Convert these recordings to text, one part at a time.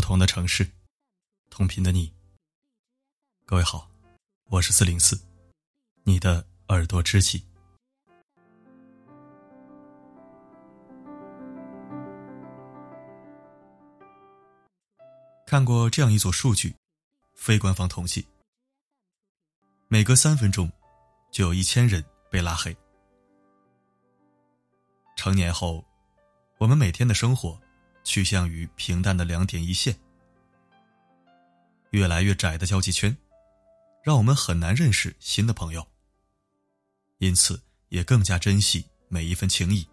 同的城市，同频的你。各位好，我是404，你的耳朵知己。看过这样一组数据，非官方统计，每隔3分钟就有1000人被拉黑。成年后，我们每天的生活趋向于平淡的2点一线，越来越窄的交际圈让我们很难认识新的朋友，因此也更加珍惜每一份情谊。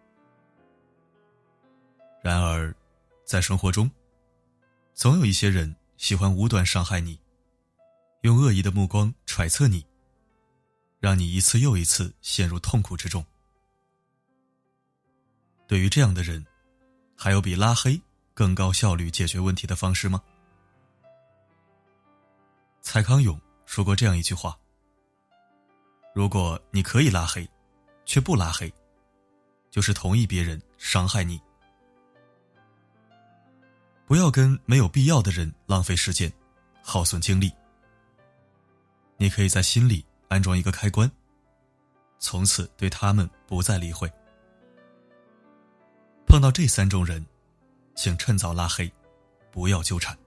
然而在生活中，总有一些人喜欢无端伤害你，用恶意的目光揣测你，让你一次又一次陷入痛苦之中。对于这样的人，还有比拉黑更高效率解决问题的方式吗？蔡康永说过这样一句话：如果你可以拉黑，却不拉黑，就是同意别人伤害你。不要跟没有必要的人浪费时间，耗损精力。你可以在心里安装一个开关，从此对他们不再理会。碰到这3种人，请趁早拉黑，不要纠缠。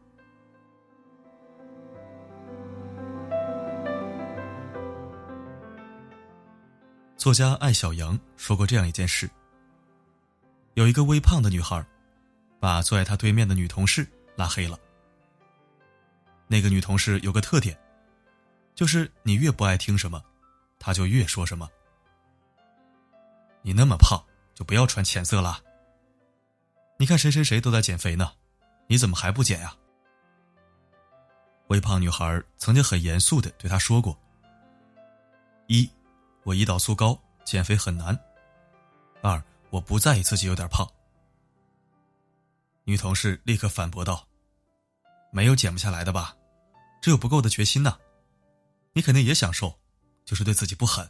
作家艾小羊说过这样一件事：有一个微胖的女孩把坐在她对面的女同事拉黑了。那个女同事有个特点，就是你越不爱听什么，她就越说什么。你那么胖，就不要穿浅色了。你看谁谁谁都在减肥呢，你怎么还不减呀？微胖女孩曾经很严肃地对她说过：1. 我胰岛素高，减肥很难。2. 我不在意自己有点胖。女同事立刻反驳道：没有减不下来的吧，只有不够的决心呢。你肯定也想瘦，就是对自己不狠。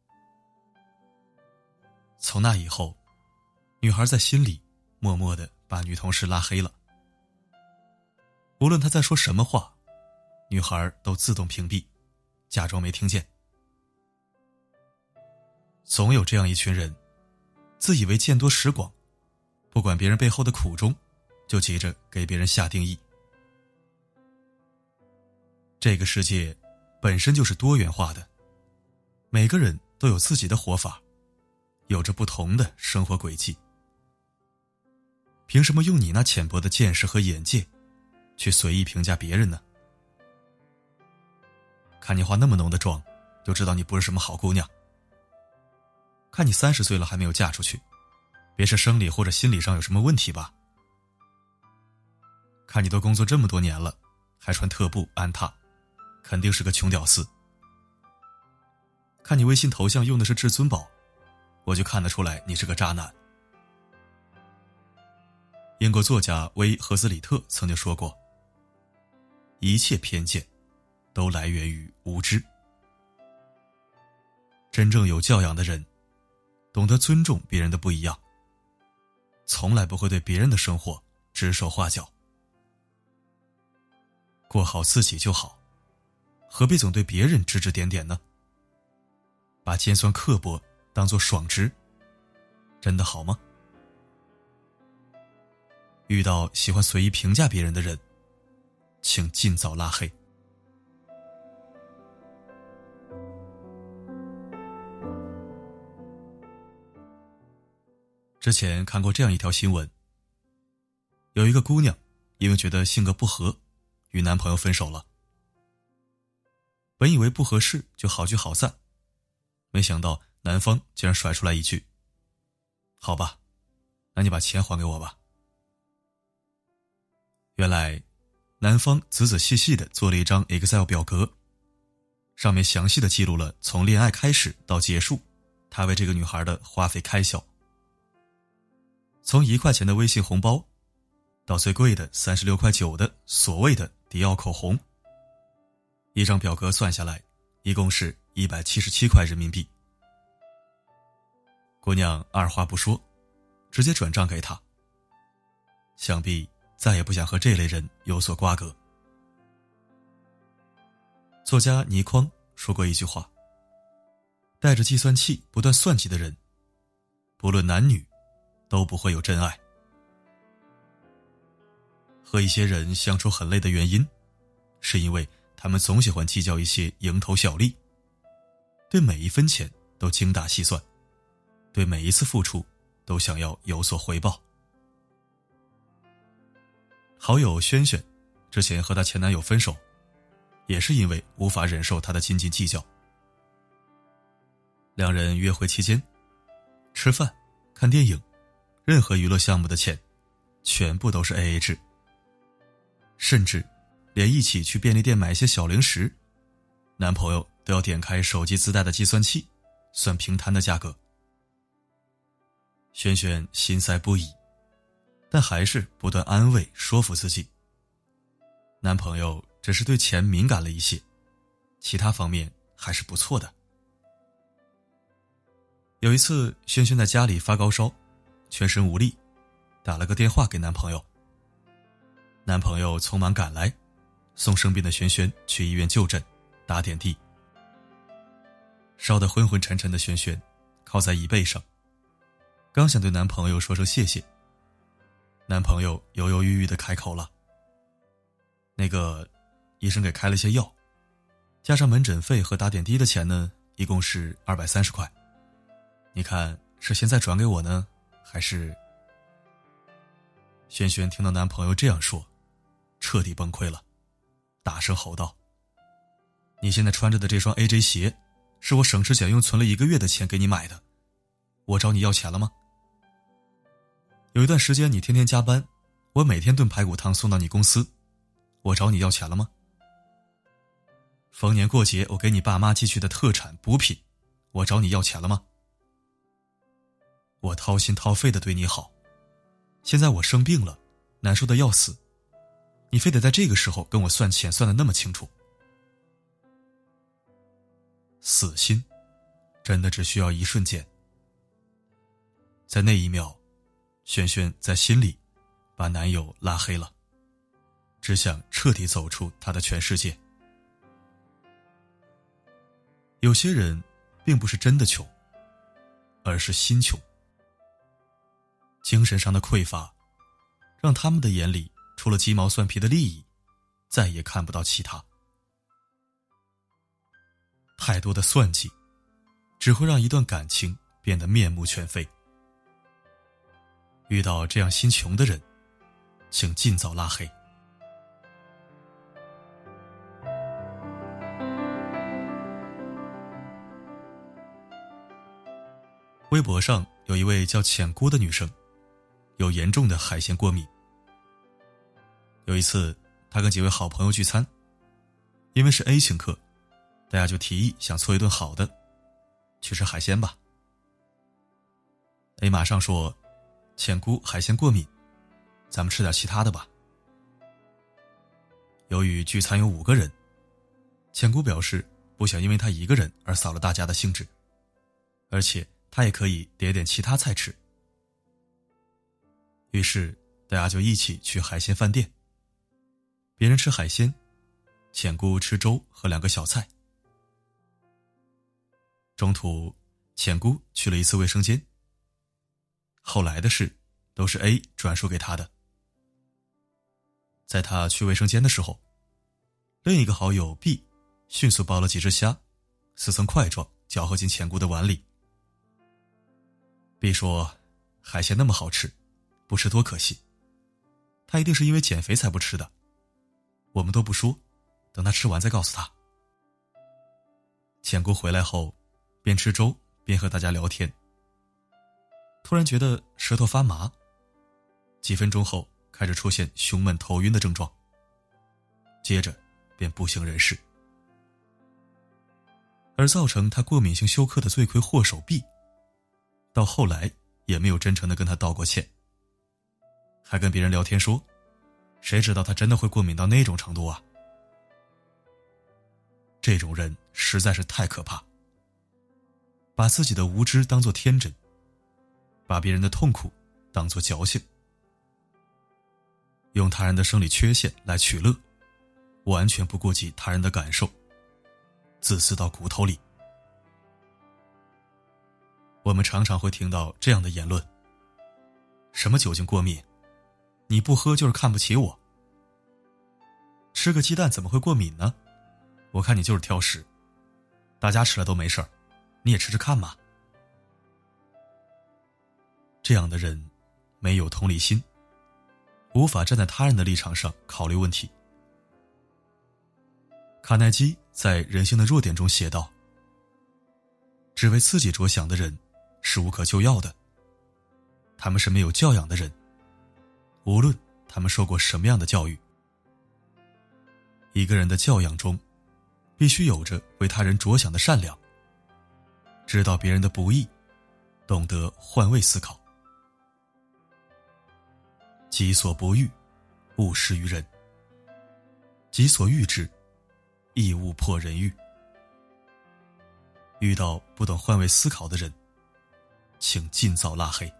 从那以后，女孩在心里默默地把女同事拉黑了。无论她在说什么话，女孩都自动屏蔽，假装没听见。总有这样一群人，自以为见多识广，不管别人背后的苦衷，就急着给别人下定义。这个世界本身就是多元化的，每个人都有自己的活法，有着不同的生活轨迹。凭什么用你那浅薄的见识和眼界去随意评价别人呢？看你化那么浓的妆，就知道你不是什么好姑娘。看你30岁了还没有嫁出去，别是生理或者心理上有什么问题吧？看你都工作这么多年了，还穿特步安踏，肯定是个穷屌丝。看你微信头像用的是至尊宝，我就看得出来你是个渣男。英国作家威·赫斯里特曾经说过，一切偏见都来源于无知。真正有教养的人，懂得尊重别人的不一样，从来不会对别人的生活指手画脚。过好自己就好，何必总对别人指指点点呢？把尖酸刻薄当作爽直，真的好吗？遇到喜欢随意评价别人的人，请尽早拉黑。之前看过这样一条新闻，有一个姑娘因为觉得性格不合，与男朋友分手了。本以为不合适就好聚好散，没想到男方竟然甩出来一句：好吧，那你把钱还给我吧。原来男方仔仔细细地做了一张 Excel 表格，上面详细地记录了从恋爱开始到结束他为这个女孩的花费开销，从1块钱的微信红包到最贵的36.9块的所谓的迪奥口红，一张表格算下来一共是177块人民币。姑娘二话不说直接转账给他，想必再也不想和这类人有所瓜葛。作家倪匡说过一句话：带着计算器不断算计的人，不论男女，都不会有真爱。和一些人相处很累的原因，是因为他们总喜欢计较一些蝇头小利，对每一分钱都精打细算，对每一次付出都想要有所回报。好友萱萱之前和她前男友分手，也是因为无法忍受他的斤斤计较。两人约会期间，吃饭、看电影，任何娱乐项目的钱，全部都是 AA 制。甚至连一起去便利店买些小零食，男朋友都要点开手机自带的计算器，算平摊的价格。萱萱心塞不已，但还是不断安慰说服自己，男朋友只是对钱敏感了一些，其他方面还是不错的。有一次萱萱在家里发高烧，全身无力，打了个电话给男朋友。男朋友匆忙赶来，送生病的萱萱去医院就诊，打点滴。烧得昏昏沉沉的萱萱靠在椅背上，刚想对男朋友说声谢谢，男朋友犹犹豫豫地开口了：那个医生给开了些药，加上门诊费和打点滴的钱呢，一共是230块，你看是现在转给我呢，还是……萱萱听到男朋友这样说，彻底崩溃了，大声吼道：你现在穿着的这双 AJ 鞋，是我省吃俭用存了1个月的钱给你买的，我找你要钱了吗？有一段时间你天天加班，我每天炖排骨汤送到你公司，我找你要钱了吗？逢年过节我给你爸妈寄去的特产补品，我找你要钱了吗？我掏心掏肺的对你好，现在我生病了，难受的要死，你非得在这个时候跟我算钱算得那么清楚。死心真的只需要一瞬间。在那一秒，萱萱在心里把男友拉黑了，只想彻底走出他的全世界。有些人并不是真的穷，而是心穷。精神上的匮乏让他们的眼里除了鸡毛蒜皮的利益，再也看不到其他。太多的算计只会让一段感情变得面目全非。遇到这样心穷的人，请尽早拉黑。微博上有一位叫浅姑的女生，有严重的海鲜过敏。有一次她跟几位好朋友聚餐，因为是 A 请客，大家就提议想做一顿好的，去吃海鲜吧。 A 马上说，浅姑海鲜过敏，咱们吃点其他的吧。由于聚餐有5个人，浅姑表示不想因为她一个人而扫了大家的兴致，而且她也可以点点其他菜吃。于是大家就一起去海鲜饭店，别人吃海鲜，浅姑吃粥和2个小菜。中途浅姑去了一次卫生间，后来的事都是 A 转述给他的。在他去卫生间的时候，另一个好友 B 迅速剥了几只虾，撕成块状搅和进浅姑的碗里。B 说，海鲜那么好吃，不吃多可惜，他一定是因为减肥才不吃的，我们都不说，等他吃完再告诉他。浅姑回来后边吃粥边和大家聊天，突然觉得舌头发麻，几分钟后开始出现胸闷头晕的症状，接着便不省人事。而造成他过敏性休克的罪魁祸首 B， 到后来也没有真诚地跟他道过歉，还跟别人聊天说，谁知道他真的会过敏到那种程度啊。这种人实在是太可怕，把自己的无知当作天真，把别人的痛苦当作矫情。 用他人的生理缺陷来取乐，完全不顾及他人的感受，自私到骨头里。我们常常会听到这样的言论：什么酒精过敏，你不喝就是看不起我。吃个鸡蛋怎么会过敏呢？我看你就是挑食，大家吃了都没事儿，你也吃吃看嘛。这样的人没有同理心，无法站在他人的立场上考虑问题。卡耐基在《人性的弱点》中写道：只为自己着想的人是无可救药的，他们是没有教养的人，无论他们受过什么样的教育。一个人的教养中必须有着为他人着想的善良，知道别人的不易，懂得换位思考。己所不欲，勿施于人；己所欲之，亦勿迫人欲。遇到不懂换位思考的人，请尽早拉黑。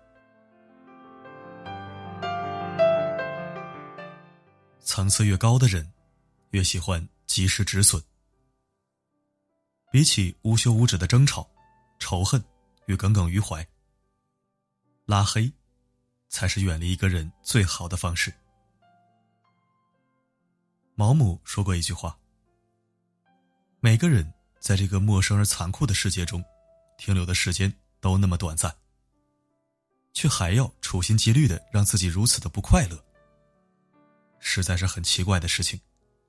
层次越高的人，越喜欢及时止损。比起无休无止的争吵、仇恨与耿耿于怀，拉黑才是远离一个人最好的方式。毛姆说过一句话：每个人在这个陌生而残酷的世界中停留的时间都那么短暂，却还要处心积虑地让自己如此的不快乐，实在是很奇怪的事情。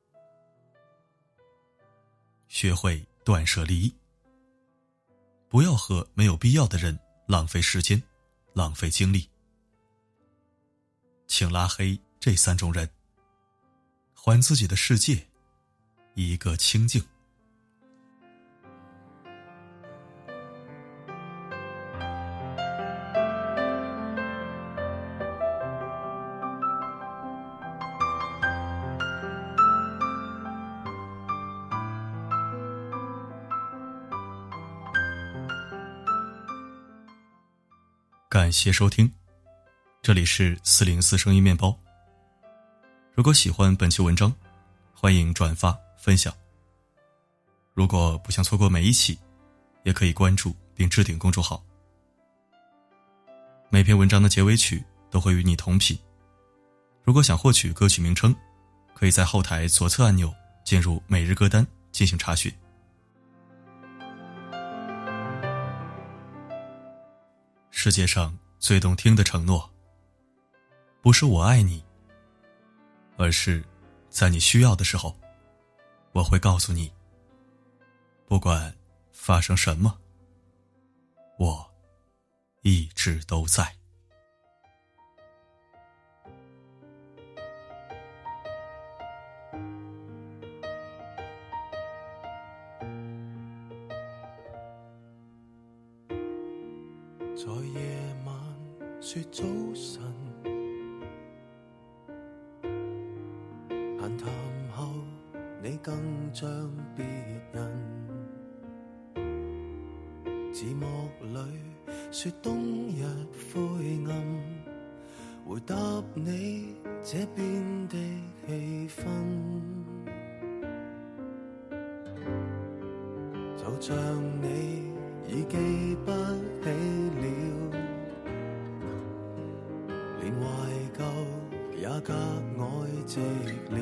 学会断舍离，不要和没有必要的人浪费时间、浪费精力。请拉黑这3种人，还自己的世界一个清净。感谢收听，这里是404声音面包。如果喜欢本期文章，欢迎转发分享。如果不想错过每一期，也可以关注并置顶公众号。每篇文章的结尾曲都会与你同频。如果想获取歌曲名称，可以在后台左侧按钮进入每日歌单进行查询。世界上最动听的承诺，不是我爱你，而是在你需要的时候，我会告诉你，不管发生什么，我一直都在。 在夜晚說早晨，閒談後你更像別人，字幕裏說冬日灰暗，回答你這邊的氣氛，就像你已記不起了，連懷舊也格外寂寥。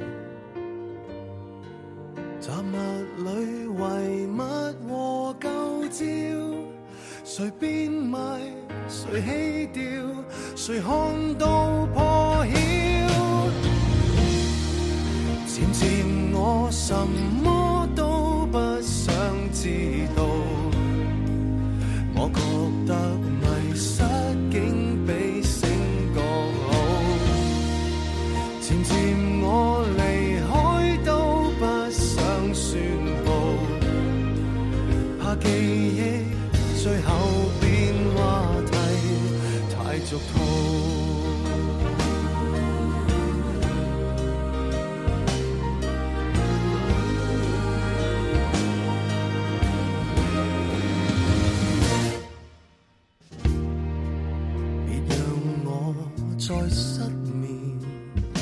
雜物裏遺物和舊照，誰變賣，誰棄掉，誰看到破曉。漸漸我什麼都不想知道，我覺得迷失竟比醒覺好，漸漸我離開都不想宣佈，怕記憶最後變話題太俗套。再失眠，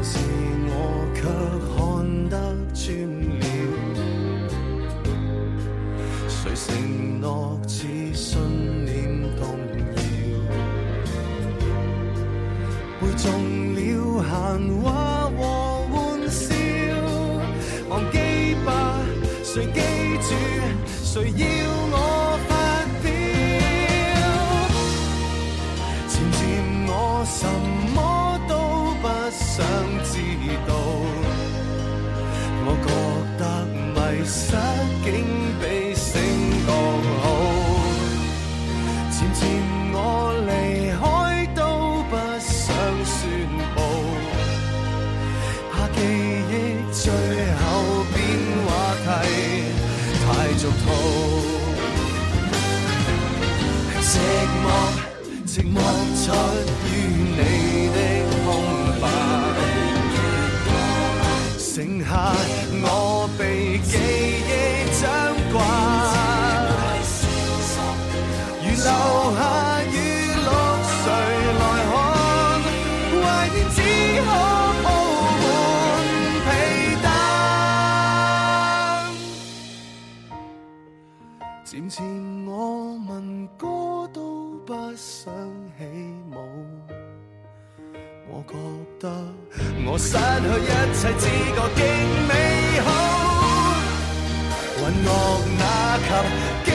但是我卻看得穿了。誰承諾似信念動搖，背中了閒話和玩笑，忘記吧，誰記住，誰要我發表？漸漸我什麼都不想知道，我覺得迷失竟比醒覺好。漸漸我離開都不想宣佈，怕記憶最後變話題太俗套。寂寞出於你的空白，剩下我被記憶掌摑，如留下雨落誰來看？懷念只可鋪滿被單。漸漸我問歌都不想起舞，我覺得我失去一切自覺極美好，渾噩那及